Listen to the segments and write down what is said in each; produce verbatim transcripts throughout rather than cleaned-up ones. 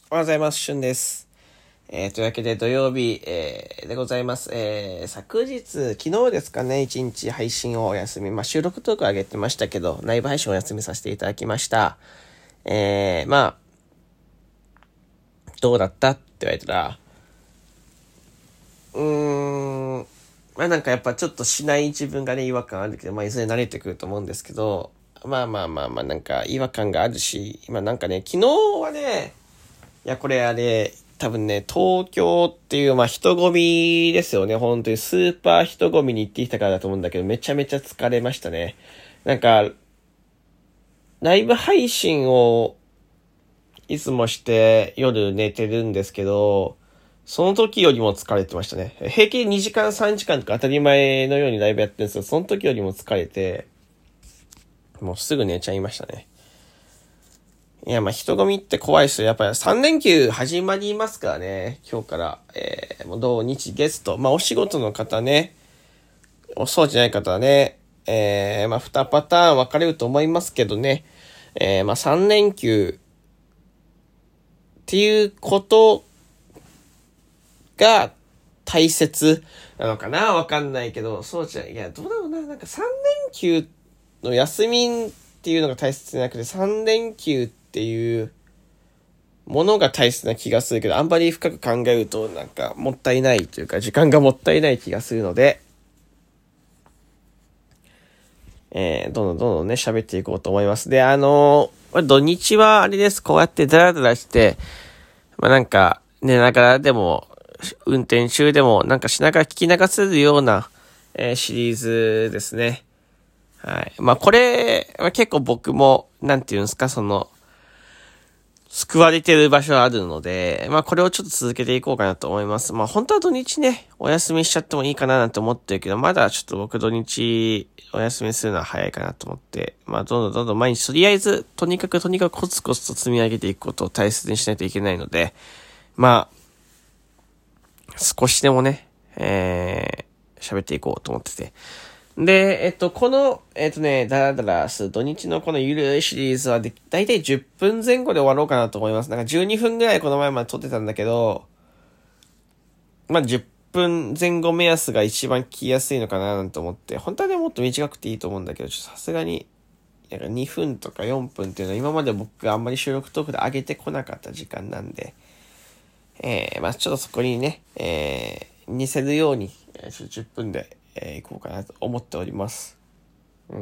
おはようございます。しゅんです。えー、というわけで土曜日、えー、でございます。えー、昨日、昨日ですかね、一日配信をお休み、まあ収録トーク上げてましたけど、ライブ配信をお休みさせていただきました。えー、まあ、どうだったって言われたら、うーん、まあなんかやっぱちょっとしない自分がね、違和感あるけど、まあいずれ慣れてくると思うんですけど、まあまあまあまあなんか違和感があるし、今なんかね、昨日はね、いや、これあれ、多分ね、東京っていう、まあ、人混みですよね。本当にスーパー人混みに行ってきたからだと思うんだけど、めちゃめちゃ疲れましたね。なんか、ライブ配信をいつもして夜寝てるんですけど、その時よりも疲れてましたね。平均にじかんさんじかんとか当たり前のようにライブやってるんですけど、その時よりも疲れて、もうすぐ寝ちゃいましたね。いや、まあ、人混みって怖いですよ。やっぱりさん連休始まりますからね。今日から、えー、もう土日月と。まあ、お仕事の方ね、おそうじゃない方はね、えー、まあ、にパターン分かれると思いますけどね。えー、まあ、さん連休っていうことが大切なのかなわかんないけど、そうじゃ、いや、どうだろうな。なんかさん連休の休みっていうのが大切じゃなくて、さん連休っていうものが大切な気がするけど、あんまり深く考えるとなんかもったいないというか、時間がもったいない気がするので、えー、どんどんどんどんね、喋っていこうと思います。で、あのー、土日はあれです。こうやってダラダラして、まあなんか、寝ながらでも、運転中でも、なんかしながら聞き流せるような、えー、シリーズですね。はい。まあこれ、まあ、結構僕も、なんていうんですか、その、救われてる場所があるので、まあこれをちょっと続けていこうかなと思います。まあ本当は土日ね、お休みしちゃってもいいかななんて思ってるけど、まだちょっと僕土日お休みするのは早いかなと思って、まあどんどんどんどん毎日とりあえず、とにかくとにかくコツコツと積み上げていくことを大切にしないといけないので、まあ、少しでもね、えー、喋っていこうと思ってて。で、えっと、この、えっとね、ダラダラする土日のこのゆるいシリーズはで、だいたいじゅっぷんぜん後で終わろうかなと思います。なんかじゅうにふんぐらいこの前まで撮ってたんだけど、まあ、じゅっぷんぜん後目安が一番聞きやすいのかななんて思って、本当はね、もっと短くていいと思うんだけど、さすがに、なんかにふんとかよんぷんっていうのは今まで僕があんまり収録トークで上げてこなかった時間なんで、えー、まあちょっとそこにね、えー、似せるように、じゅっぷんで、えー、いこうかなと思っております。うん。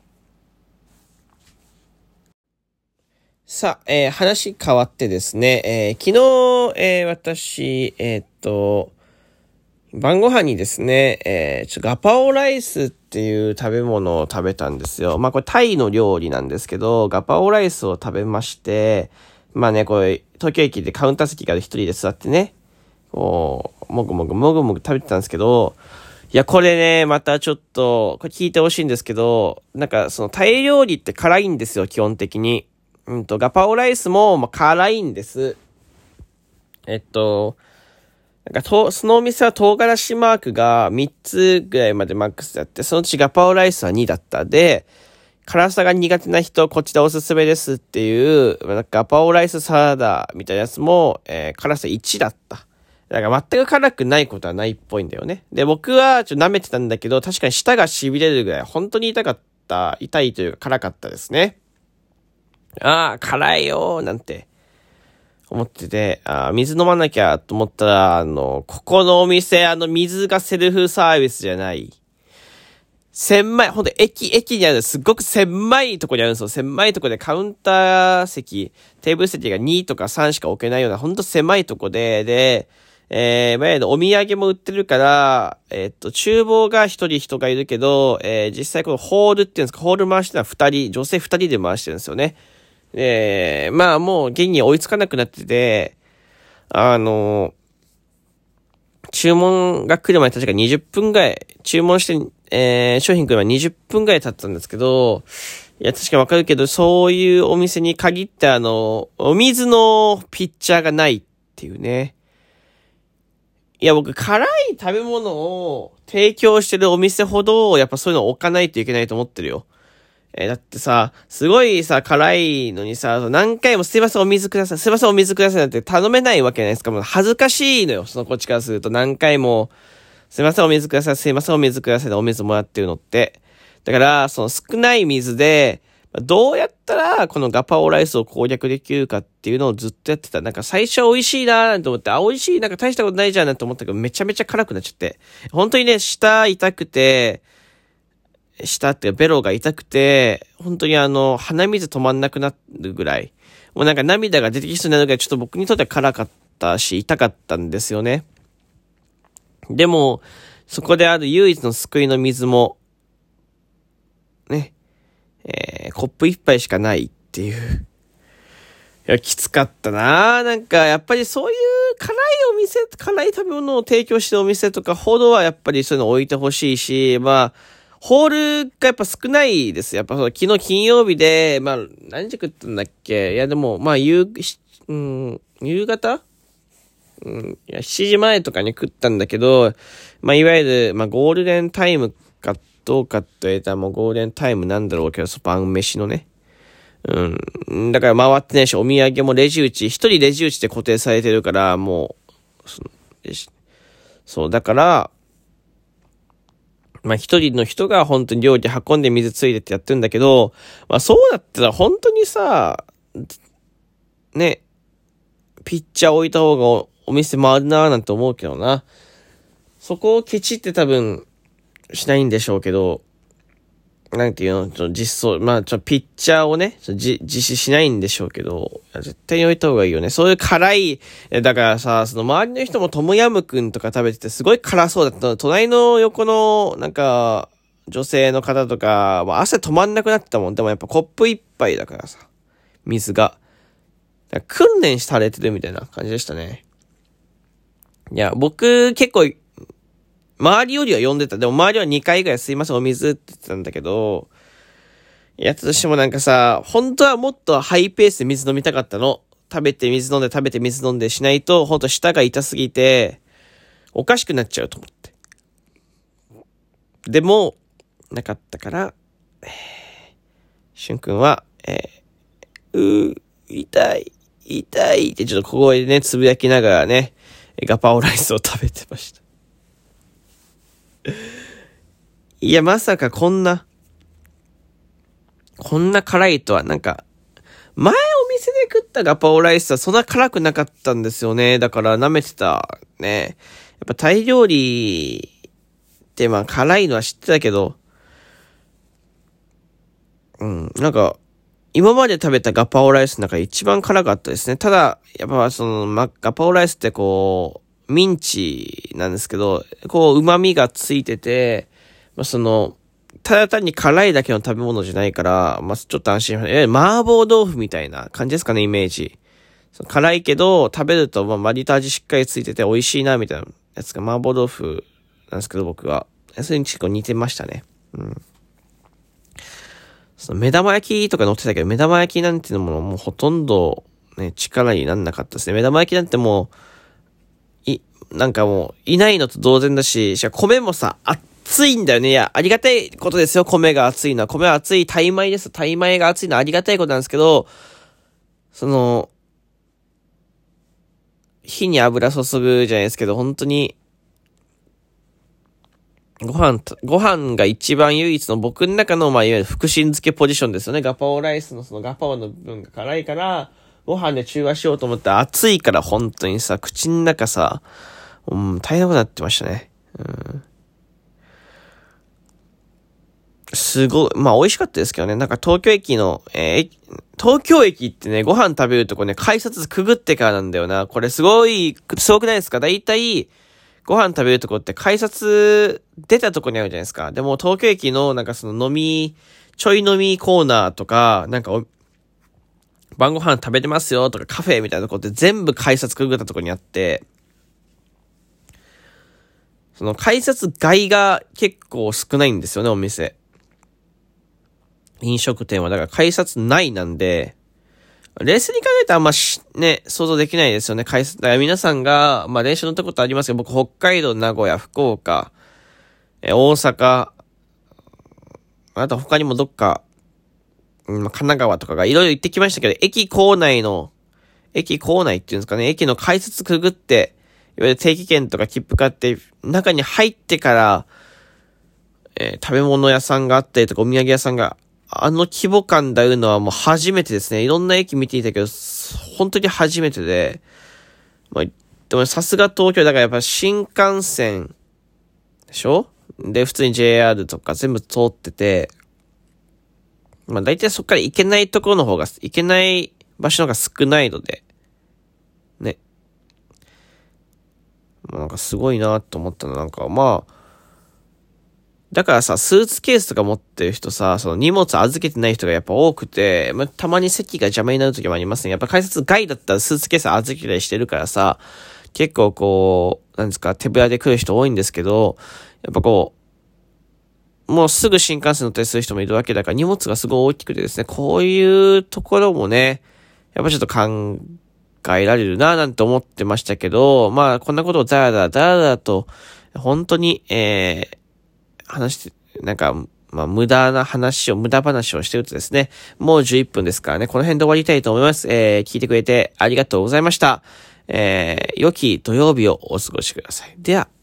さあ、えー、話変わってですね、えー、昨日、えー、私、えー、っと、晩ご飯にですね、えー、ちょガパオライスっていう食べ物を食べたんですよ。まあこれタイの料理なんですけど、ガパオライスを食べまして、まあね、これ、東京駅でカウンター席から一人で座ってね、こう、もぐもぐもぐもぐ食べてたんですけど、いや、これね、またちょっと、これ聞いてほしいんですけど、なんかそのタイ料理って辛いんですよ、基本的に。うんと、ガパオライスも、まあ、辛いんです。えっと、なんかと、そのお店は唐辛子マークがみっつぐらいまでマックスであって、そのうちガパオライスはにだった。で、辛さが苦手な人、こっちでおすすめですっていう、なんかガパオライスサラダみたいなやつも、えー、辛さいちだった。だから全く辛くないことはないっぽいんだよね。で、僕はちょっと舐めてたんだけど、確かに舌が痺れるぐらい、本当に痛かった、痛いというか辛かったですね。ああ、辛いよー、なんて。思ってて、あ水飲まなきゃと思ったら、あの、ここのお店、あの、水がセルフサービスじゃない。狭い、ほんと駅、駅にある、すっごく狭いとこにあるんですよ。狭いとこでカウンター席、テーブル席がにとかさんしか置けないような、ほんと狭いとこで、で、えー、前のお土産も売ってるから、えー、っと、厨房が一人人がいるけど、えー、実際このホールっていうんですか、ホール回してるのは二人、女性二人で回してるんですよね。えー、まあもう現に追いつかなくなってて、あの、注文が来るまで確かにじゅっぷんぐらい、注文して、えー、商品来るまでにじゅっぷんぐらい経ったんですけど、いや、確かにわかるけど、そういうお店に限ってあの、お水のピッチャーがないっていうね。いや、僕、辛い食べ物を提供してるお店ほど、やっぱそういうのを置かないといけないと思ってるよ。 えー、だってさ、すごいさ、辛いのにさ、何回もすいませんお水ください、すいませんお水くださいなんて頼めないわけじゃないですか。もう恥ずかしいのよ、そのこっちからすると。何回も、すいませんお水ください、すいませんお水くださいでお水もらってるのって。だから、その少ない水で、どうやったらこのガパオライスを攻略できるかっていうのをずっとやってた。なんか最初美味しいなーなんて思って、あ、美味しい、なんか大したことないじゃんなんて思ったけど、めちゃめちゃ辛くなっちゃって。本当にね、舌痛くて、舌ってベロが痛くて、本当にあの、鼻水止まんなくなるぐらい。もうなんか涙が出てきそうになるぐらい、ちょっと僕にとっては辛かったし、痛かったんですよね。でも、そこである唯一の救いの水も、ね、えー、コップ一杯しかないっていう。いや、きつかったなぁ。なんか、やっぱりそういう辛いお店、辛い食べ物を提供してるお店とかほどはやっぱりそういうの置いてほしいし、まあ、ホールがやっぱ少ないです。やっぱその昨日金曜日で、まあ、何時食ったんだっけ？いやでも、まあ、夕、うん、夕方？うん、いや、しちじまえとかに食ったんだけど、まあ、いわゆる、まあ、ゴールデンタイムかどうかって言ったらもうゴールデンタイムなんだろうけど、晩飯のね。うん。だから回ってないし、お土産もレジ打ち、一人レジ打ちで固定されてるから、もう、そそう、だから、まあ一人の人が本当に料理運んで水ついでってやってるんだけど、まあそうだったら本当にさ、ね、ピッチャー置いた方がお店回るなーなんて思うけどな。そこをケチって多分しないんでしょうけど、なんていうの、ちょ実装、まあ、ちょピッチャーをね、ちょじ実施しないんでしょうけど、絶対に置いた方がいいよね。そういう辛い、だからさ、その周りの人もトムヤムくんとか食べててすごい辛そうだった。隣の横の、なんか、女性の方とか、まあ、汗止まんなくなってたもん。でもやっぱコップ一杯だからさ、水が。だから訓練されてるみたいな感じでしたね。いや、僕結構、周りよりは呼んでた。でも周りはにかいぐらいすいませんお水って言ってたんだけど、やつとしてもなんかさ、本当はもっとハイペースで水飲みたかったの。食べて水飲んで食べて水飲んでしないと、ほんと舌が痛すぎて、おかしくなっちゃうと思って。でも、なかったから、えー、しゅんくんは、えー、うー、痛い、痛いってちょっと小声でね、つぶやきながらね、ガパオライスを食べてました。いや、まさかこんな、こんな辛いとは、なんか、前お店で食ったガパオライスはそんな辛くなかったんですよね。だから舐めてたね。やっぱタイ料理ってまあ辛いのは知ってたけど、うん、なんか、今まで食べたガパオライスの中で一番辛かったですね。ただ、やっぱその、ま、ガパオライスってこう、ミンチなんですけど、こう、旨味がついてて、まあ、その、ただ単に辛いだけの食べ物じゃないから、まあ、ちょっと安心。え、麻婆豆腐みたいな感じですかね、イメージ。辛いけど、食べると、まあ、割と味しっかりついてて美味しいな、みたいなやつが麻婆豆腐なんですけど、僕は。それに結構似てましたね。うん。その目玉焼きとか乗ってたけど、目玉焼きなんていうものもうほとんどね、力になんなかったですね。目玉焼きなんてもう、い、なんかもう、いないのと同然だし、しかも米もさ、熱いんだよね。いや、ありがたいことですよ。米が熱いのは。米は熱い。タイ米です。タイ米が熱いのはありがたいことなんですけど、その、火に油注ぐじゃないですけど、本当に、ご飯、ご飯が一番唯一の僕の中の、まあ、いわゆる福神漬けポジションですよね。ガパオライスのそのガパオの部分が辛いから、ご飯で中和しようと思って熱いから本当にさ、口の中さ、うん、大変なことになってましたね。うん。すごい、まあ美味しかったですけどね。なんか東京駅の、えー、東京駅ってね、ご飯食べるとこね、改札くぐってからなんだよな。これすごい、すごくないですか？だいたい、ご飯食べるとこって改札出たとこにあるじゃないですか。でも東京駅のなんかその飲み、ちょい飲みコーナーとか、なんか晩ご飯食べてますよとかカフェみたいなとこって全部改札くぐったとこにあって、その改札外が結構少ないんですよね、お店。飲食店は、だから改札内なんで、冷静に考えたらあんまし、ね、想像できないですよね。改札、だから皆さんが、まあ電車乗ったことありますけど、僕北海道、名古屋、福岡、え大阪、あと他にもどっか神奈川とかがいろいろ行ってきましたけど、駅構内の、駅構内っていうんですかね、駅の改札くぐって、いわゆる定期券とか切符買って、中に入ってから、えー、食べ物屋さんがあったりとか、お土産屋さんが、あの規模感であるのはもう初めてですね。いろんな駅見ていたけど、本当に初めてで、まあ、でもさすが東京だからやっぱ新幹線でしょ？で、普通に ジェイアール とか全部通ってて、まあ大体そっから行けないところの方が、行けない場所の方が少ないので、ね。まあなんかすごいなと思ったの。なんかまあ、だからさ、スーツケースとか持ってる人さ、その荷物預けてない人がやっぱ多くて、まあ、たまに席が邪魔になる時もありますね。やっぱ改札外だったらスーツケース預けたりしてるからさ、結構こう、なんですか、手ぶらで来る人多いんですけど、やっぱこう、もうすぐ新幹線乗ったりする人もいるわけだから荷物がすごい大きくてですね、こういうところもね、やっぱちょっと考えられるなぁなんて思ってましたけど、まあこんなことをダラダラダラダラと、本当に、えー、話して、なんか、まあ、無駄な話を、無駄話をしてるとですね、もうじゅういっぷんですからね、この辺で終わりたいと思います。えー、聞いてくれてありがとうございました。えー、良き土曜日をお過ごしください。では、